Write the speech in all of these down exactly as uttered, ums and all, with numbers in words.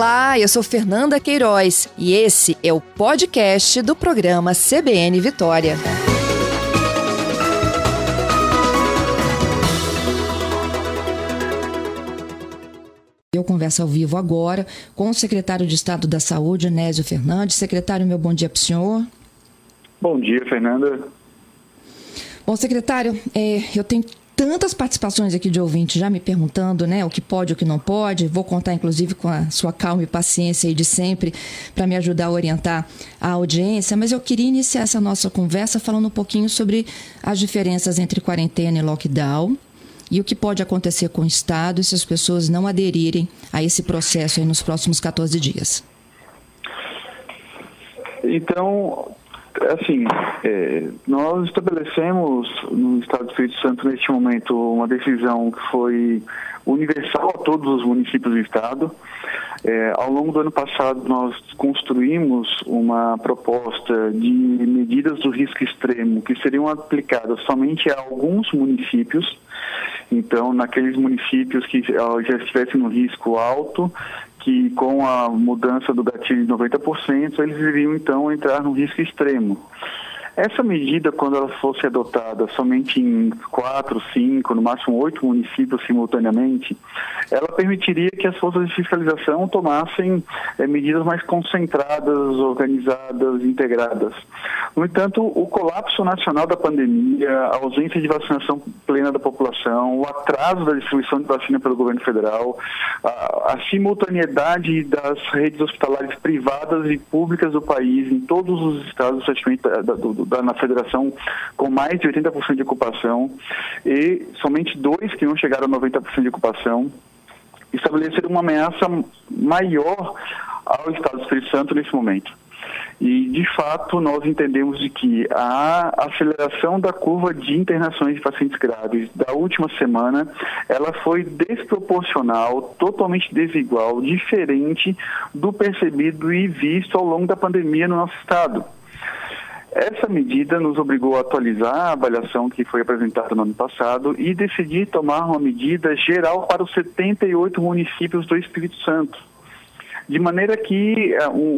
Olá, eu sou Fernanda Queiroz e esse é o podcast do programa C B N Vitória. Eu converso ao vivo agora com o secretário de Estado da Saúde, Onésio Fernandes. Secretário, meu bom dia para o senhor. Bom dia, Fernanda. Bom, secretário, é, eu tenho tantas participações aqui de ouvintes já me perguntando, né, o que pode e o que não pode. Vou contar, inclusive, com a sua calma e paciência aí de sempre para me ajudar a orientar a audiência. Mas eu queria iniciar essa nossa conversa falando um pouquinho sobre as diferenças entre quarentena e lockdown e o que pode acontecer com o Estado se as pessoas não aderirem a esse processo aí nos próximos quatorze dias. Então, assim, é, nós estabelecemos no Estado do Espírito Santo, neste momento, uma decisão que foi universal a todos os municípios do Estado. É, ao longo do ano passado, nós construímos uma proposta de medidas do risco extremo que seriam aplicadas somente a alguns municípios. Então, naqueles municípios que já estivessem no risco alto, que com a mudança do gatilho de noventa por cento, eles iriam então entrar no risco extremo. Essa medida, quando ela fosse adotada somente em quatro, cinco, no máximo oito municípios simultaneamente, ela permitiria que as forças de fiscalização tomassem é, medidas mais concentradas, organizadas, integradas. No entanto, o colapso nacional da pandemia, a ausência de vacinação plena da população, o atraso da distribuição de vacina pelo governo federal, a, a simultaneidade das redes hospitalares privadas e públicas do país, em todos os estados da, da, do, da, na federação, com mais de oitenta por cento de ocupação, e somente dois que não chegaram a noventa por cento de ocupação, estabeleceram uma ameaça maior ao Estado do Espírito Santo nesse momento. E, de fato, nós entendemos de que a aceleração da curva de internações de pacientes graves da última semana, ela foi desproporcional, totalmente desigual, diferente do percebido e visto ao longo da pandemia no nosso estado. Essa medida nos obrigou a atualizar a avaliação que foi apresentada no ano passado e decidir tomar uma medida geral para os setenta e oito municípios do Espírito Santo. De maneira que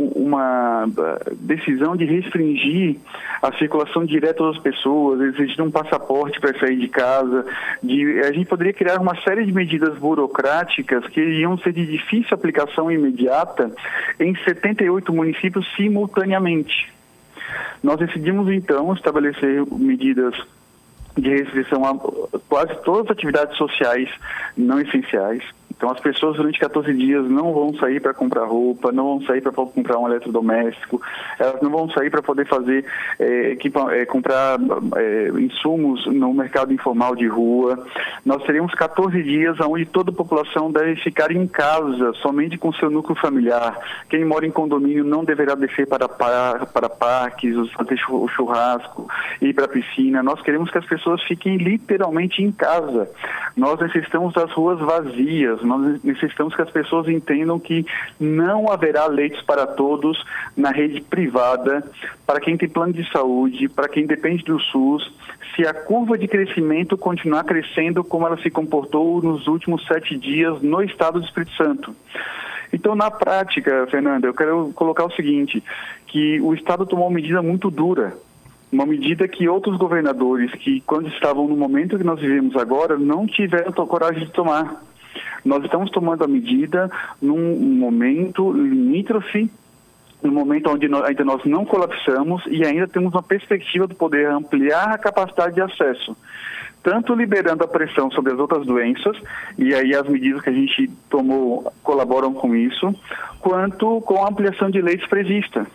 uma decisão de restringir a circulação direta das pessoas, exigir um passaporte para sair de casa, de, a gente poderia criar uma série de medidas burocráticas que iriam ser de difícil aplicação imediata em setenta e oito municípios simultaneamente. Nós decidimos, então, estabelecer medidas de restrição a quase todas as atividades sociais não essenciais. Então, as pessoas durante quatorze dias não vão sair para comprar roupa, não vão sair para comprar um eletrodoméstico, elas não vão sair para poder fazer, é, equipa, é, comprar é, insumos no mercado informal de rua. Nós teremos quatorze dias onde toda a população deve ficar em casa, somente com seu núcleo familiar. Quem mora em condomínio não deverá descer para, para, para parques, fazer churrasco, ir para a piscina. Nós queremos que as pessoas fiquem literalmente em casa. Nós necessitamos das ruas vazias. Nós necessitamos que as pessoas entendam que não haverá leitos para todos na rede privada, para quem tem plano de saúde, para quem depende do SUS, se a curva de crescimento continuar crescendo como ela se comportou nos últimos sete dias no estado do Espírito Santo. Então, na prática, Fernanda, eu quero colocar o seguinte, que o estado tomou uma medida muito dura, uma medida que outros governadores, que quando estavam no momento que nós vivemos agora, não tiveram coragem de tomar. Nós estamos tomando a medida num momento limítrofe, num momento onde nós, ainda nós não colapsamos e ainda temos uma perspectiva de poder ampliar a capacidade de acesso, tanto liberando a pressão sobre as outras doenças, e aí as medidas que a gente tomou colaboram com isso, quanto com a ampliação de leitos prevista.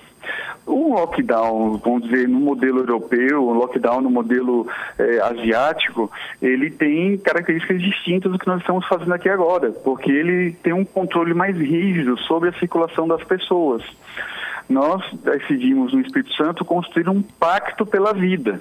O lockdown, vamos dizer, no modelo europeu, o lockdown no modelo eh, asiático, ele tem características distintas do que nós estamos fazendo aqui agora, porque ele tem um controle mais rígido sobre a circulação das pessoas. Nós decidimos no Espírito Santo construir um pacto pela vida.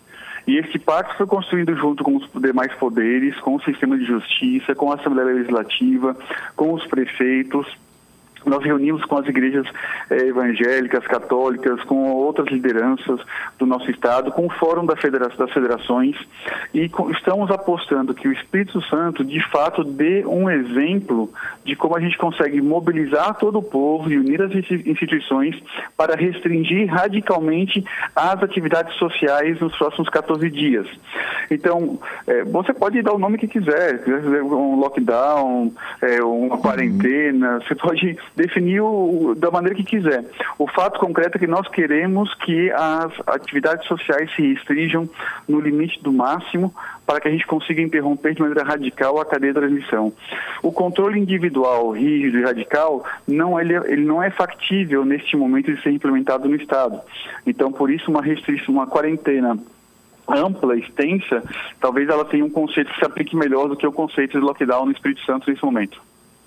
E esse pacto foi construído junto com os demais poderes, com o sistema de justiça, com a Assembleia Legislativa, com os prefeitos, Nós reunimos com as igrejas eh, evangélicas, católicas, com outras lideranças do nosso estado, com o Fórum da Federa- das Federações, e com, estamos apostando que o Espírito Santo, de fato, dê um exemplo de como a gente consegue mobilizar todo o povo e unir as instituições para restringir radicalmente as atividades sociais nos próximos quatorze dias. Então, eh, você pode dar o nome que quiser, um lockdown, eh, uma quarentena, você pode definir o, da maneira que quiser. O fato concreto é que nós queremos que as atividades sociais se restringam no limite do máximo para que a gente consiga interromper de maneira radical a cadeia de transmissão. O controle individual rígido e radical, não, ele, ele não é factível neste momento de ser implementado no Estado. Então, por isso, uma restrição, uma quarentena ampla, extensa, talvez ela tenha um conceito que se aplique melhor do que o conceito de lockdown no Espírito Santo nesse momento.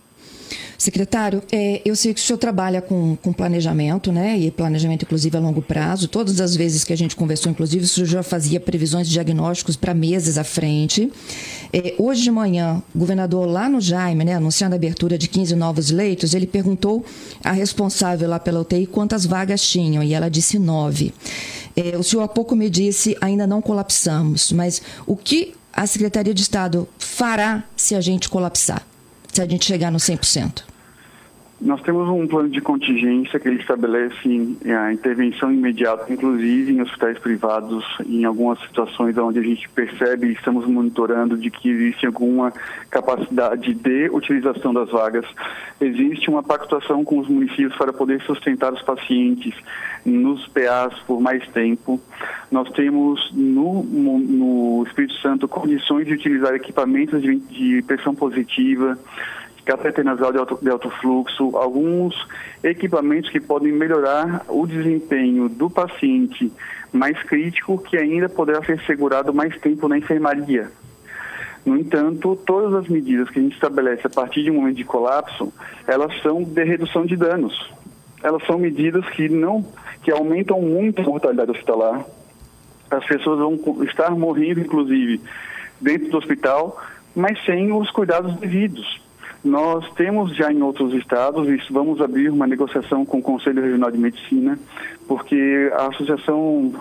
Secretário, é, eu sei que o senhor trabalha com, com planejamento, né? E planejamento, inclusive, a longo prazo. Todas as vezes que a gente conversou, inclusive, o senhor já fazia previsões de diagnósticos para meses à frente. É, hoje de manhã, o governador lá no Jaime, né, anunciando a abertura de quinze novos leitos, ele perguntou à responsável lá pela U T I quantas vagas tinham, e ela disse nove. É, o senhor há pouco me disse, ainda não colapsamos, mas o que a Secretaria de Estado fará se a gente colapsar? Se a gente chegar no cem por cento? Nós temos um plano de contingência que ele estabelece a intervenção imediata, inclusive em hospitais privados, em algumas situações onde a gente percebe e estamos monitorando de que existe alguma capacidade de utilização das vagas. Existe uma pactuação com os municípios para poder sustentar os pacientes nos P As por mais tempo. Nós temos no, no, no Espírito Santo condições de utilizar equipamentos de, de pressão positiva, catéter nasal de alto, de alto fluxo, alguns equipamentos que podem melhorar o desempenho do paciente mais crítico, que ainda poderá ser segurado mais tempo na enfermaria. No entanto, todas as medidas que a gente estabelece a partir de um momento de colapso, elas são de redução de danos. Elas são medidas que, não, que aumentam muito a mortalidade hospitalar. As pessoas vão estar morrendo, inclusive, dentro do hospital, mas sem os cuidados devidos. Nós temos já em outros estados, e vamos abrir uma negociação com o Conselho Regional de Medicina, porque a Associação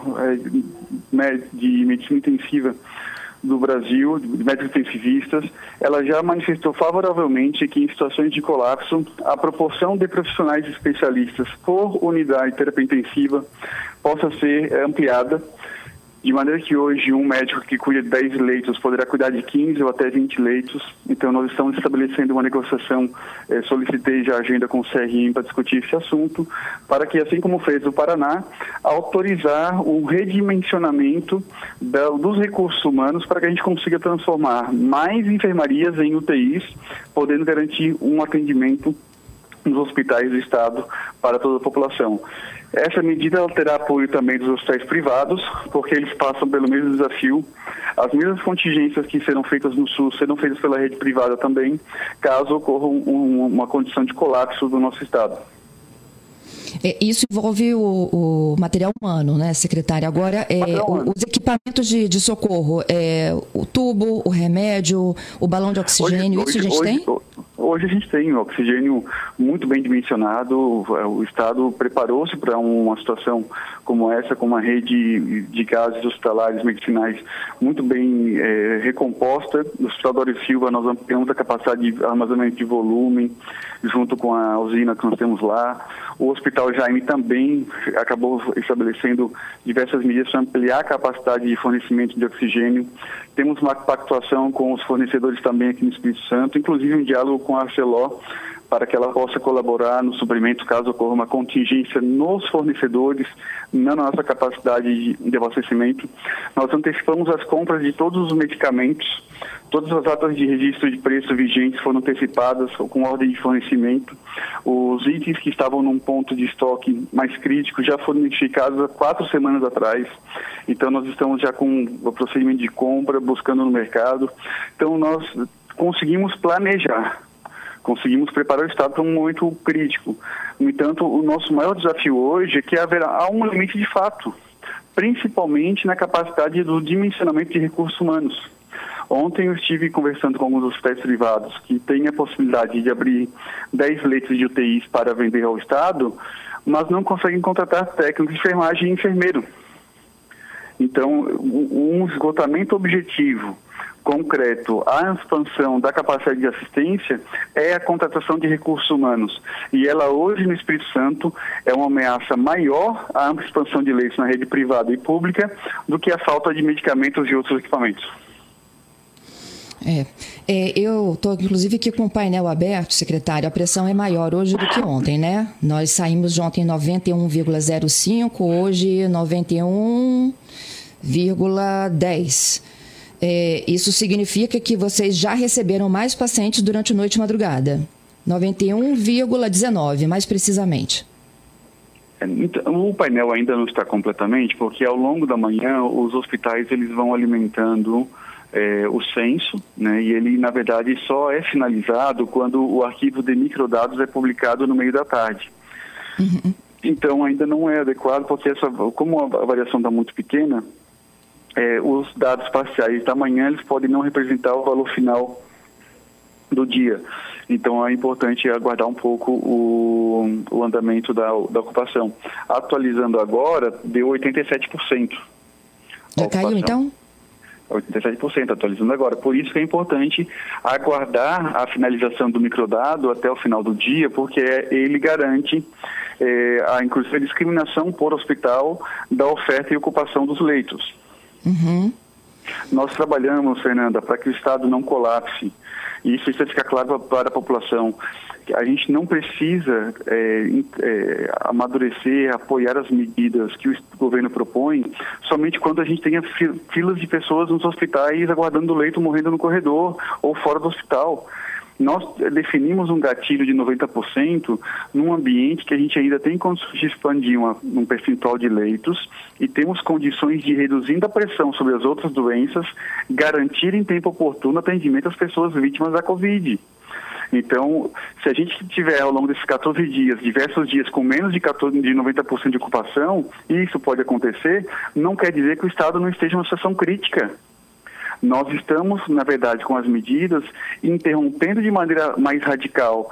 de Medicina Intensiva do Brasil, de médicos intensivistas, ela já manifestou favoravelmente que em situações de colapso, a proporção de profissionais especialistas por unidade de terapia intensiva possa ser ampliada, de maneira que hoje um médico que cuida de dez leitos poderá cuidar de quinze ou até vinte leitos. Então nós estamos estabelecendo uma negociação, eh, solicitei já a agenda com o C R M para discutir esse assunto, para que, assim como fez o Paraná, autorizar o redimensionamento da, dos recursos humanos para que a gente consiga transformar mais enfermarias em U T Is, podendo garantir um atendimento nos hospitais do Estado para toda a população. Essa medida ela terá apoio também dos hospitais privados, porque eles passam pelo mesmo desafio. As mesmas contingências que serão feitas no SUS serão feitas pela rede privada também, caso ocorra um, uma condição de colapso do nosso Estado. Isso envolve o, o material humano, né, secretária? Agora, é, o, os equipamentos de, de socorro, é, o tubo, o remédio, o balão de oxigênio, hoje, isso a gente hoje, tem? Hoje a gente tem oxigênio muito bem dimensionado. O Estado preparou-se para uma situação como essa, com uma rede de gases hospitalares medicinais muito bem é, recomposta. No Hospital Dório Silva nós ampliamos a capacidade de armazenamento de volume, junto com a usina que nós temos lá. O Hospital Jaime também acabou estabelecendo diversas medidas para ampliar a capacidade de fornecimento de oxigênio. Temos uma pactuação com os fornecedores também aqui no Espírito Santo, inclusive um diálogo com a Arcelor, para que ela possa colaborar no suprimento caso ocorra uma contingência nos fornecedores, não na nossa capacidade de abastecimento. Nós antecipamos as compras de todos os medicamentos, todas as atas de registro de preço vigentes foram antecipadas com ordem de fornecimento. Os itens que estavam num ponto de estoque mais crítico já foram identificados há quatro semanas atrás. Então nós estamos já com o procedimento de compra, buscando no mercado. Então nós conseguimos planejar. Conseguimos preparar o Estado para um momento crítico. No entanto, o nosso maior desafio hoje é que haverá um limite de fato, principalmente na capacidade do dimensionamento de recursos humanos. Ontem eu estive conversando com alguns hospitais privados que têm a possibilidade de abrir dez leitos de U T Is para vender ao Estado, mas não conseguem contratar técnicos de enfermagem e enfermeiro. Então, um esgotamento objetivo, concreto, a expansão da capacidade de assistência é a contratação de recursos humanos. E ela hoje no Espírito Santo é uma ameaça maior à ampla expansão de leitos na rede privada e pública do que a falta de medicamentos e outros equipamentos. É, é, eu estou inclusive aqui com o painel aberto, secretário, a pressão é maior hoje do que ontem, né? Nós saímos de ontem noventa e um vírgula zero cinco, hoje noventa e um vírgula dez. É, isso significa que vocês já receberam mais pacientes durante a noite e madrugada. noventa e um vírgula dezenove, mais precisamente. O painel ainda não está completamente, porque ao longo da manhã os hospitais eles vão alimentando é, o censo, né, e ele, na verdade, só é finalizado quando o arquivo de microdados é publicado no meio da tarde. Uhum. Então, ainda não é adequado, porque essa, como a variação está muito pequena, é, os dados parciais da manhã eles podem não representar o valor final do dia. Então, é importante aguardar um pouco o, o andamento da, da ocupação. Atualizando agora, deu oitenta e sete por cento. Já caiu, então? oitenta e sete por cento, atualizando agora. Por isso que é importante aguardar a finalização do microdado até o final do dia, porque ele garante é, a, inclusive, a discriminação por hospital da oferta e ocupação dos leitos. Uhum. Nós trabalhamos, Fernanda, para que o Estado não colapse. E isso precisa ficar claro para a população. A gente não precisa é, é, amadurecer, apoiar as medidas que o governo propõe somente quando a gente tenha filas de pessoas nos hospitais aguardando o leito, morrendo no corredor ou fora do hospital. Nós definimos um gatilho de noventa por cento num ambiente que a gente ainda tem condições de expandir uma, um percentual de leitos e temos condições de, reduzindo a pressão sobre as outras doenças, garantir em tempo oportuno atendimento às pessoas vítimas da Covid. Então, se a gente tiver ao longo desses quatorze dias, diversos dias com menos de, quatorze, de noventa por cento de ocupação, e isso pode acontecer, não quer dizer que o Estado não esteja numa situação crítica. Nós estamos, na verdade, com as medidas, interrompendo de maneira mais radical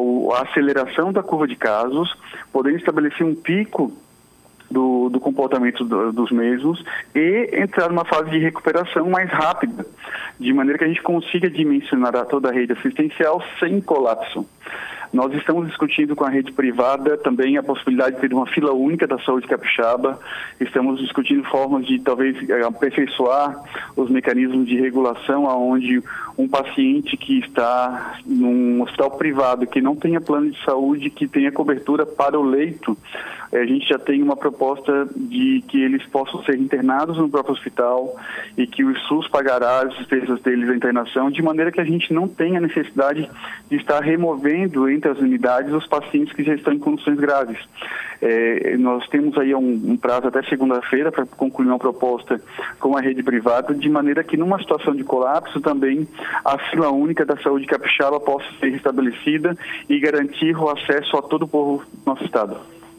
a aceleração da curva de casos, podendo estabelecer um pico do, do comportamento do, dos mesmos e entrar numa fase de recuperação mais rápida, de maneira que a gente consiga dimensionar a toda a rede assistencial sem colapso. Nós estamos discutindo com a rede privada também a possibilidade de ter uma fila única da saúde capixaba. Estamos discutindo formas de talvez aperfeiçoar os mecanismos de regulação aonde um paciente que está num hospital privado, que não tenha plano de saúde, que tenha cobertura para o leito, a gente já tem uma proposta de que eles possam ser internados no próprio hospital e que o SUS pagará as despesas deles da internação, de maneira que a gente não tenha necessidade de estar removendo entre as unidades os pacientes que já estão em condições graves. É, nós temos aí um, um prazo até segunda-feira para concluir uma proposta com a rede privada, de maneira que numa situação de colapso também a fila única da saúde capixaba possa ser restabelecida e garantir o acesso a todo o povo do nosso estado.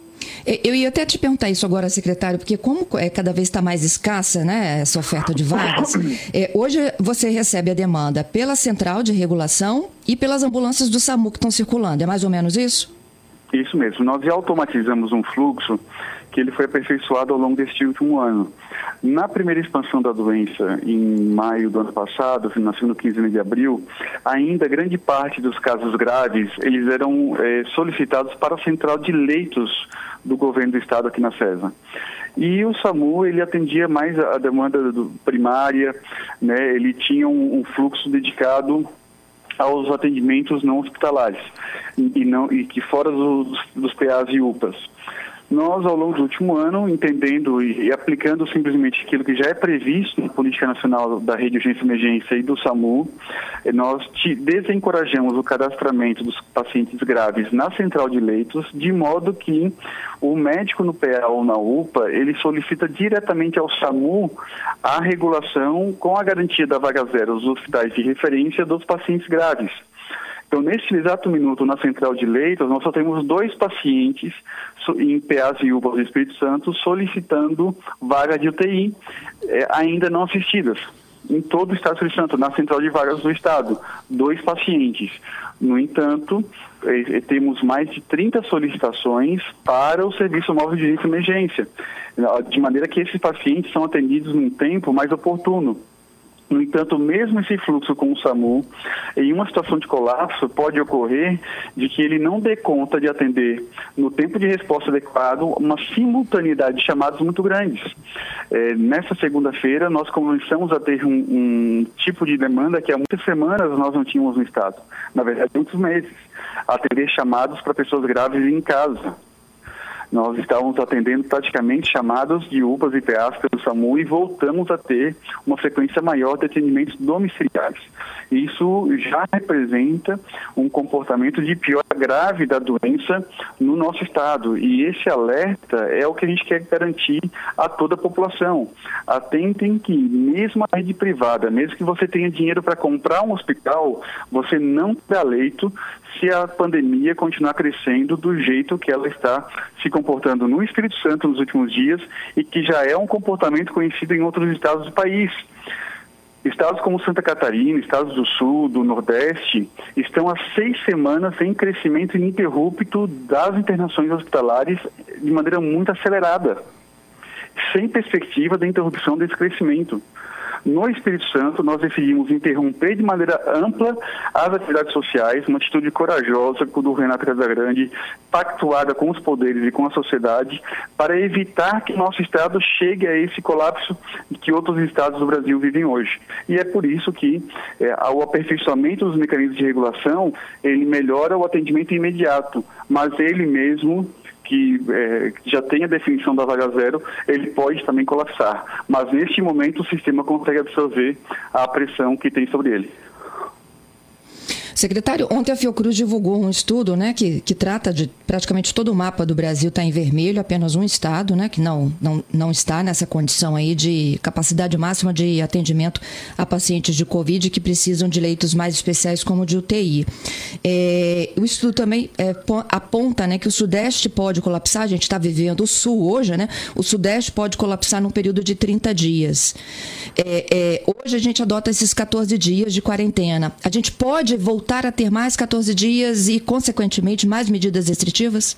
Eu ia até te perguntar isso agora, secretário, porque como é, cada vez está mais escassa, né, essa oferta de vagas, é, hoje você recebe a demanda pela central de regulação e pelas ambulâncias do SAMU que estão circulando, é mais ou menos isso? Isso mesmo, nós já automatizamos um fluxo que ele foi aperfeiçoado ao longo deste último ano. Na primeira expansão da doença, em maio do ano passado, na segunda quinzena de abril, ainda grande parte dos casos graves, eles eram é, solicitados para a central de leitos do governo do estado aqui na SESA. E o SAMU, ele atendia mais a demanda do, primária, né, ele tinha um, um fluxo dedicado aos atendimentos não hospitalares e, não, e que fora dos, dos P As e U P As. Nós, ao longo do último ano, entendendo e, e aplicando simplesmente aquilo que já é previsto na Política Nacional da Rede de Urgência e Emergência e do SAMU, nós te desencorajamos o cadastramento dos pacientes graves na central de leitos, de modo que o médico no P A ou na U P A, ele solicita diretamente ao SAMU a regulação com a garantia da vaga zero aos hospitais de referência dos pacientes graves. Então, nesse exato minuto, na central de leitos, nós só temos dois pacientes em P As e U P As do Espírito Santo solicitando vaga de U T I, eh, ainda não assistidas. em todo o Estado do Espírito Santo, na central de vagas do Estado, dois pacientes. No entanto, eh, temos mais de trinta solicitações para o Serviço Móvel de Urgência e Emergência, de maneira que esses pacientes são atendidos num tempo mais oportuno. No entanto, mesmo esse fluxo com o SAMU, em uma situação de colapso, pode ocorrer de que ele não dê conta de atender no tempo de resposta adequado uma simultaneidade de chamados muito grandes. É, nessa segunda-feira, nós começamos a ter um, um tipo de demanda que há muitas semanas nós não tínhamos no Estado. Na verdade, muitos meses. Atender chamados para pessoas graves em casa. Nós estávamos atendendo praticamente chamadas de U P As e P As pelo SAMU e voltamos a ter uma frequência maior de atendimentos domiciliares. Isso já representa um comportamento de piora grave da doença no nosso estado. E esse alerta é o que a gente quer garantir a toda a população. Atentem que, mesmo a rede privada, mesmo que você tenha dinheiro para comprar um hospital, você não terá leito se a pandemia continuar crescendo do jeito que ela está se comportando no Espírito Santo nos últimos dias e que já é um comportamento conhecido em outros estados do país. Estados como Santa Catarina, estados do Sul, do Nordeste, estão há seis semanas em crescimento ininterrupto das internações hospitalares de maneira muito acelerada, sem perspectiva da interrupção desse crescimento. No Espírito Santo, nós decidimos interromper de maneira ampla as atividades sociais, uma atitude corajosa do Renato Casagrande, pactuada com os poderes e com a sociedade, para evitar que nosso estado chegue a esse colapso que outros estados do Brasil vivem hoje. E é por isso que é, o aperfeiçoamento dos mecanismos de regulação, ele melhora o atendimento imediato, mas ele mesmo, que é, já tem a definição da vaga zero, ele pode também colapsar. Mas, neste momento, o sistema consegue absorver a pressão que tem sobre ele. Secretário, ontem a Fiocruz divulgou um estudo, né, que, que trata de praticamente todo o mapa do Brasil está em vermelho, apenas um estado, né, que não, não, não está nessa condição aí de capacidade máxima de atendimento a pacientes de Covid que precisam de leitos mais especiais como de U T I. É, o estudo também é, aponta, né, que o Sudeste pode colapsar, a gente está vivendo o Sul hoje, né, o Sudeste pode colapsar num período de trinta dias. É, é, hoje a gente adota esses quatorze dias de quarentena. A gente pode voltar a ter mais quatorze dias e, consequentemente, mais medidas restritivas?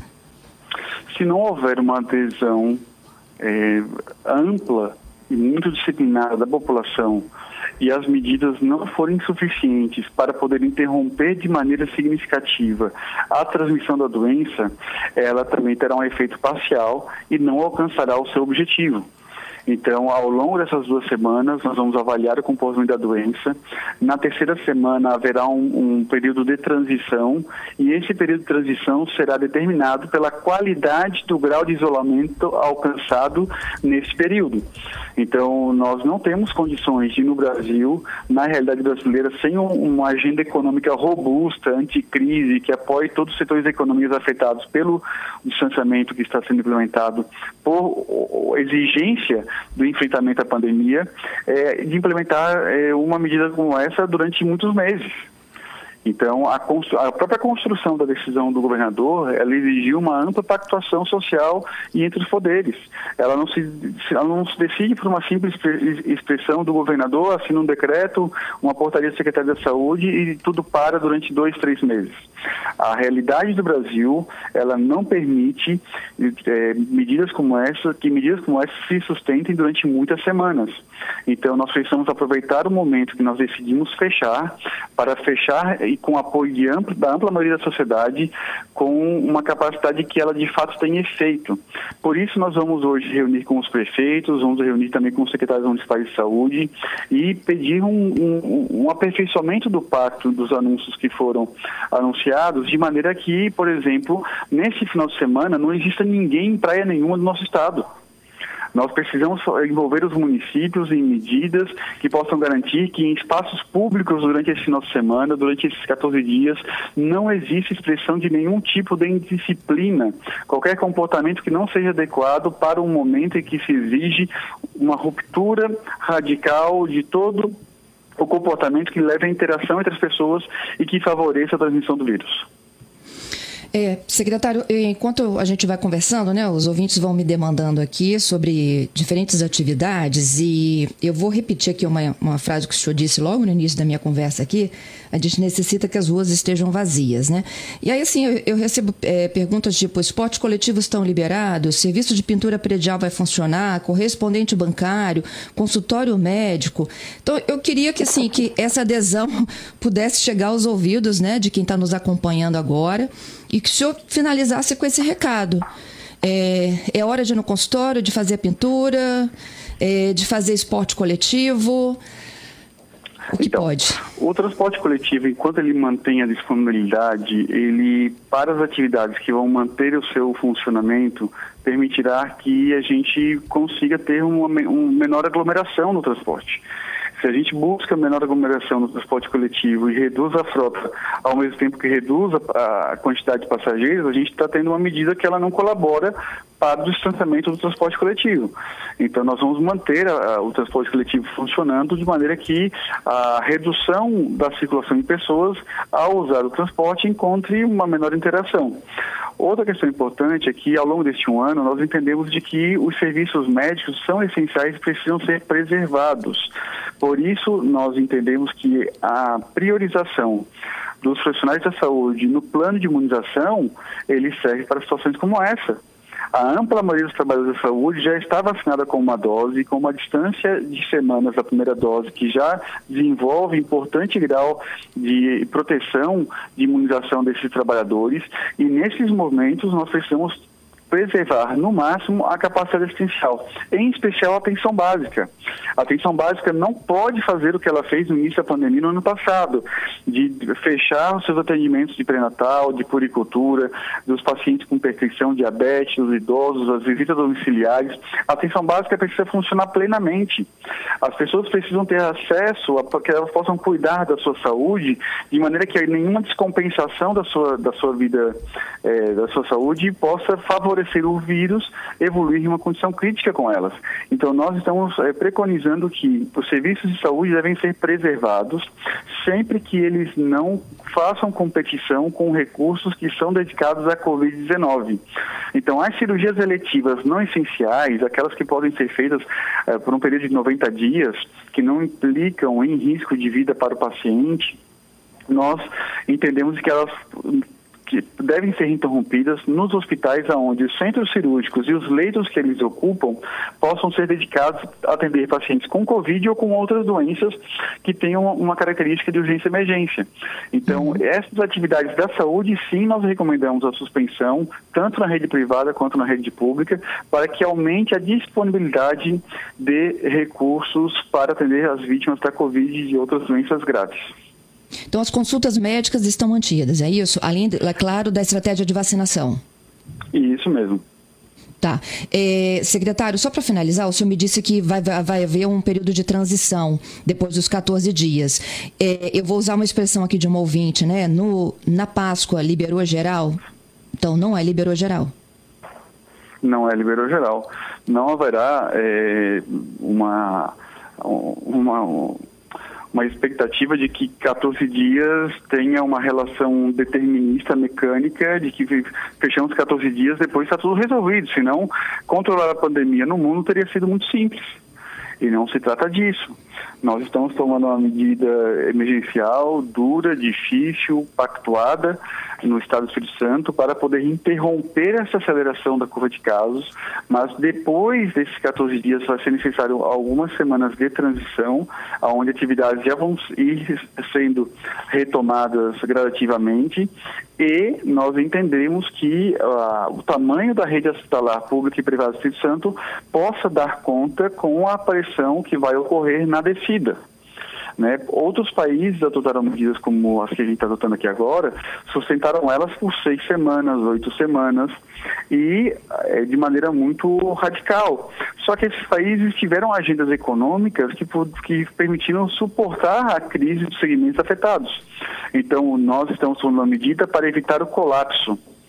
Se não houver uma adesão é, ampla e muito disciplinada da população e as medidas não forem suficientes para poder interromper de maneira significativa a transmissão da doença, ela também terá um efeito parcial e não alcançará o seu objetivo. Então, ao longo dessas duas semanas, nós vamos avaliar o comportamento da doença. Na terceira semana, haverá um, um período de transição, e esse período de transição será determinado pela qualidade do grau de isolamento alcançado nesse período. Então, nós não temos condições de, no Brasil, na realidade brasileira, sem um, uma agenda econômica robusta, anticrise, que apoie todos os setores econômicos afetados pelo distanciamento que está sendo implementado por exigência do enfrentamento à pandemia, é, de implementar é, uma medida como essa durante muitos meses. Então, a, a própria construção da decisão do governador, ela exigiu uma ampla pactuação social e entre os poderes. Ela não se, ela não se decide por uma simples expressão do governador, assina um decreto, uma portaria do secretário da Saúde e tudo para durante dois, três meses. A realidade do Brasil, ela não permite é, medidas como essa, que medidas como essa se sustentem durante muitas semanas. Então, nós precisamos aproveitar o momento que nós decidimos fechar, para fechar e com apoio de amplo, da ampla maioria da sociedade, com uma capacidade que ela de fato tenha efeito. Por isso nós vamos hoje reunir com os prefeitos, vamos reunir também com os secretários municipais de saúde e pedir um, um, um aperfeiçoamento do pacto dos anúncios que foram anunciados, de maneira que, por exemplo, nesse final de semana não exista ninguém em praia nenhuma do nosso estado. Nós precisamos envolver os municípios em medidas que possam garantir que em espaços públicos durante esse final de semana, durante esses quatorze dias, não existe expressão de nenhum tipo de indisciplina, qualquer comportamento que não seja adequado para um momento em que se exige uma ruptura radical de todo o comportamento que leve à interação entre as pessoas e que favoreça a transmissão do vírus. É, secretário, enquanto a gente vai conversando, né, os ouvintes vão me demandando aqui sobre diferentes atividades e eu vou repetir aqui uma, uma frase que o senhor disse logo no início da minha conversa aqui. A gente necessita que as ruas estejam vazias, né? E aí, assim, eu, eu recebo é, perguntas tipo, esportes coletivos estão liberados, serviço de pintura predial vai funcionar, correspondente bancário, consultório médico. Então, eu queria que, assim, que essa adesão pudesse chegar aos ouvidos, né, de quem está nos acompanhando agora e que o senhor finalizasse com esse recado. É, é hora de ir no consultório, de fazer pintura, é, de fazer esporte coletivo. O que então, pode? O transporte coletivo, enquanto ele mantém a disponibilidade, ele, para as atividades que vão manter o seu funcionamento, permitirá que a gente consiga ter uma, uma menor aglomeração no transporte. Se a gente busca menor aglomeração no transporte coletivo e reduz a frota, ao mesmo tempo que reduz a, a quantidade de passageiros, a gente está tendo uma medida que ela não colabora para o distanciamento do transporte coletivo. Então, nós vamos manter a, a, o transporte coletivo funcionando de maneira que a redução da circulação de pessoas, ao usar o transporte, encontre uma menor interação. Outra questão importante é que, ao longo deste um ano, nós entendemos de que os serviços médicos são essenciais e precisam ser preservados. Por isso, nós entendemos que a priorização dos profissionais da saúde no plano de imunização, ele serve para situações como essa. A ampla maioria dos trabalhadores da saúde já está vacinada com uma dose, com uma distância de semanas da primeira dose, que já desenvolve importante grau de proteção, de imunização desses trabalhadores. E nesses momentos nós precisamos preservar, no máximo, a capacidade assistencial, em especial a atenção básica. A atenção básica não pode fazer o que ela fez no início da pandemia no ano passado, de fechar os seus atendimentos de pré-natal, de puericultura, dos pacientes com hipertensão, diabetes, dos idosos, as visitas domiciliares. A atenção básica precisa funcionar plenamente. As pessoas precisam ter acesso a que elas possam cuidar da sua saúde de maneira que nenhuma descompensação da sua, da sua vida, eh, da sua saúde possa favorecer o vírus evoluir em uma condição crítica com elas. Então, nós estamos é, preconizando que os serviços de saúde devem ser preservados sempre que eles não façam competição com recursos que são dedicados à covid dezenove. Então, as cirurgias eletivas não essenciais, aquelas que podem ser feitas é, por um período de noventa dias, que não implicam em risco de vida para o paciente, nós entendemos que elas que devem ser interrompidas nos hospitais onde os centros cirúrgicos e os leitos que eles ocupam possam ser dedicados a atender pacientes com Covid ou com outras doenças que tenham uma característica de urgência e emergência. Então, uhum. essas atividades da saúde, sim, nós recomendamos a suspensão, tanto na rede privada quanto na rede pública, para que aumente a disponibilidade de recursos para atender as vítimas da Covid e de outras doenças graves. Então, as consultas médicas estão mantidas, é isso? Além, é claro, da estratégia de vacinação. Isso mesmo. Tá. É, secretário, só para finalizar, o senhor me disse que vai, vai haver um período de transição depois dos quatorze dias. É, eu vou usar uma expressão aqui de um ouvinte, né? No, na Páscoa, liberou geral? Então, não é liberou geral? Não é liberou geral. Não haverá é, uma... uma uma expectativa de que quatorze dias tenha uma relação determinista, mecânica, de que fechamos quatorze dias, depois está tudo resolvido. Senão, controlar a pandemia no mundo teria sido muito simples. E não se trata disso. Nós estamos tomando uma medida emergencial, dura, difícil, pactuada no Estado do Espírito Santo para poder interromper essa aceleração da curva de casos, mas depois desses quatorze dias vai ser necessário algumas semanas de transição, onde atividades já vão ir sendo retomadas gradativamente, e nós entendemos que uh, o tamanho da rede hospitalar pública e privada do Espírito Santo possa dar conta com a pressão que vai ocorrer na descida. Né? Outros países adotaram medidas como as que a gente está adotando aqui agora, sustentaram elas por seis semanas, oito semanas, e é, de maneira muito radical. Só que esses países tiveram agendas econômicas que, que permitiram suportar a crise dos segmentos afetados. Então, nós estamos tomando uma medida para evitar o colapso.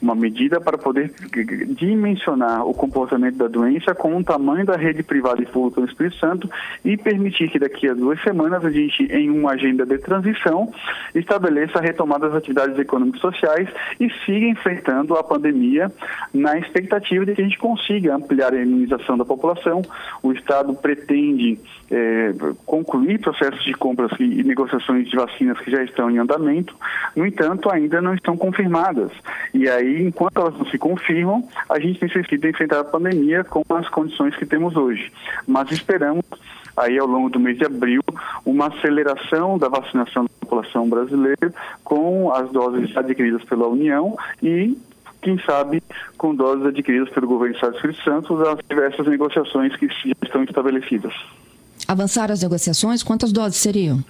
uma medida para poder dimensionar o comportamento da doença com o tamanho da rede privada e pública no Espírito Santo e permitir que daqui a duas semanas a gente, em uma agenda de transição, estabeleça a retomada das atividades econômicas e sociais e siga enfrentando a pandemia na expectativa de que a gente consiga ampliar a imunização da população. O Estado pretende é, concluir processos de compras e negociações de vacinas que já estão em andamento, no entanto, ainda não estão confirmadas. E aí, enquanto elas não se confirmam, a gente necessita enfrentar a pandemia com as condições que temos hoje. Mas esperamos, aí ao longo do mês de abril, uma aceleração da vacinação da população brasileira com as doses adquiridas pela União e, quem sabe, com doses adquiridas pelo governo do Estado do Espírito Santo, as diversas negociações que já estão estabelecidas. Avançaram as negociações? Quantas doses seriam?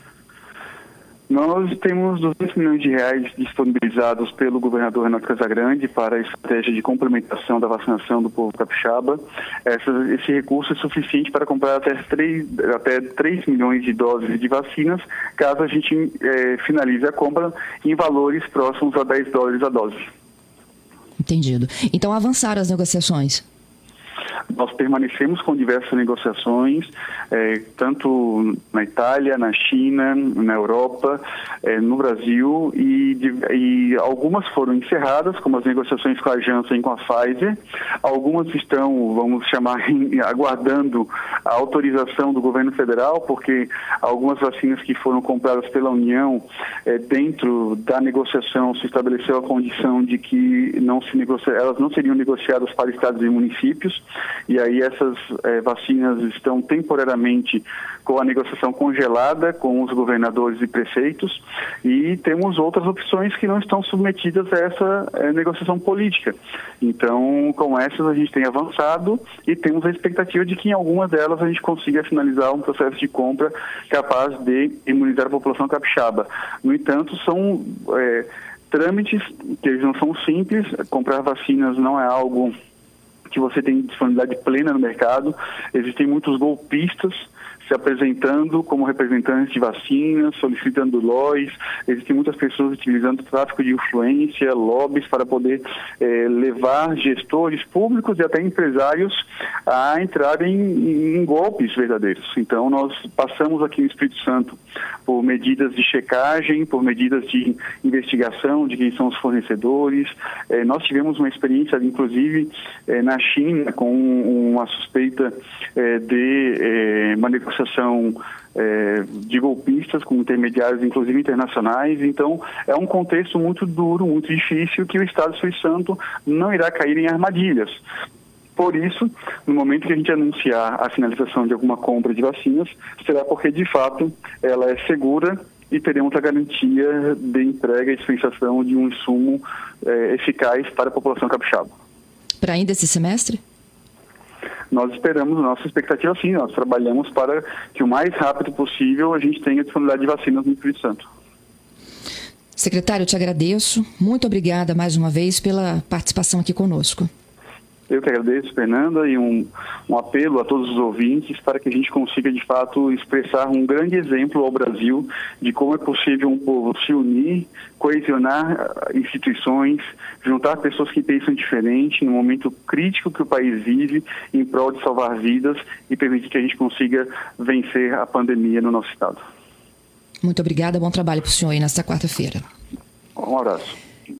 Nós temos duzentos milhões de reais disponibilizados pelo governador Renato Casagrande para a estratégia de complementação da vacinação do povo capixaba. Essa, esse recurso é suficiente para comprar até três, até três milhões de doses de vacinas, caso a gente é, finalize a compra em valores próximos a dez dólares a dose. Entendido. Então avançaram as negociações? Nós permanecemos com diversas negociações, eh, tanto na Itália, na China, na Europa, eh, no Brasil, e, de, e algumas foram encerradas, como as negociações com a Janssen e com a Pfizer. Algumas estão, vamos chamar, aguardando a autorização do governo federal, porque algumas vacinas que foram compradas pela União, eh, dentro da negociação se estabeleceu a condição de que não se negocia, elas não seriam negociadas para estados e municípios. E aí essas eh, vacinas estão temporariamente com a negociação congelada com os governadores e prefeitos, e temos outras opções que não estão submetidas a essa eh, negociação política. Então, com essas a gente tem avançado e temos a expectativa de que em algumas delas a gente consiga finalizar um processo de compra capaz de imunizar a população capixaba. No entanto, são eh, trâmites que eles não são simples. Comprar vacinas não é algo que você tem disponibilidade plena no mercado. Existem muitos golpistas se apresentando como representantes de vacinas, solicitando lojas. Existem muitas pessoas utilizando tráfico de influência, lobbies, para poder eh, levar gestores públicos e até empresários a entrarem em, em golpes verdadeiros. Então, nós passamos aqui no Espírito Santo por medidas de checagem, por medidas de investigação de quem são os fornecedores. Eh, nós tivemos uma experiência, inclusive, eh, na China, com uma suspeita eh, de eh, uma negociação É, de golpistas com intermediários, inclusive internacionais. Então, é um contexto muito duro, muito difícil, que o Estado do Espírito Santo não irá cair em armadilhas. Por isso, no momento que a gente anunciar a finalização de alguma compra de vacinas, será porque, de fato, ela é segura e teremos a garantia de entrega e dispensação de um insumo é, eficaz para a população capixaba. Para ainda esse semestre? Nós esperamos, nossa expectativa sim, nós trabalhamos para que o mais rápido possível a gente tenha disponibilidade de vacinas no Espírito Santo. Secretário, eu te agradeço. Muito obrigada mais uma vez pela participação aqui conosco. Eu que agradeço, Fernanda, e um, um apelo a todos os ouvintes para que a gente consiga, de fato, expressar um grande exemplo ao Brasil de como é possível um povo se unir, coesionar instituições, juntar pessoas que pensam diferente no momento crítico que o país vive, em prol de salvar vidas e permitir que a gente consiga vencer a pandemia no nosso estado. Muito obrigada, bom trabalho para o senhor aí nesta quarta-feira. Um abraço.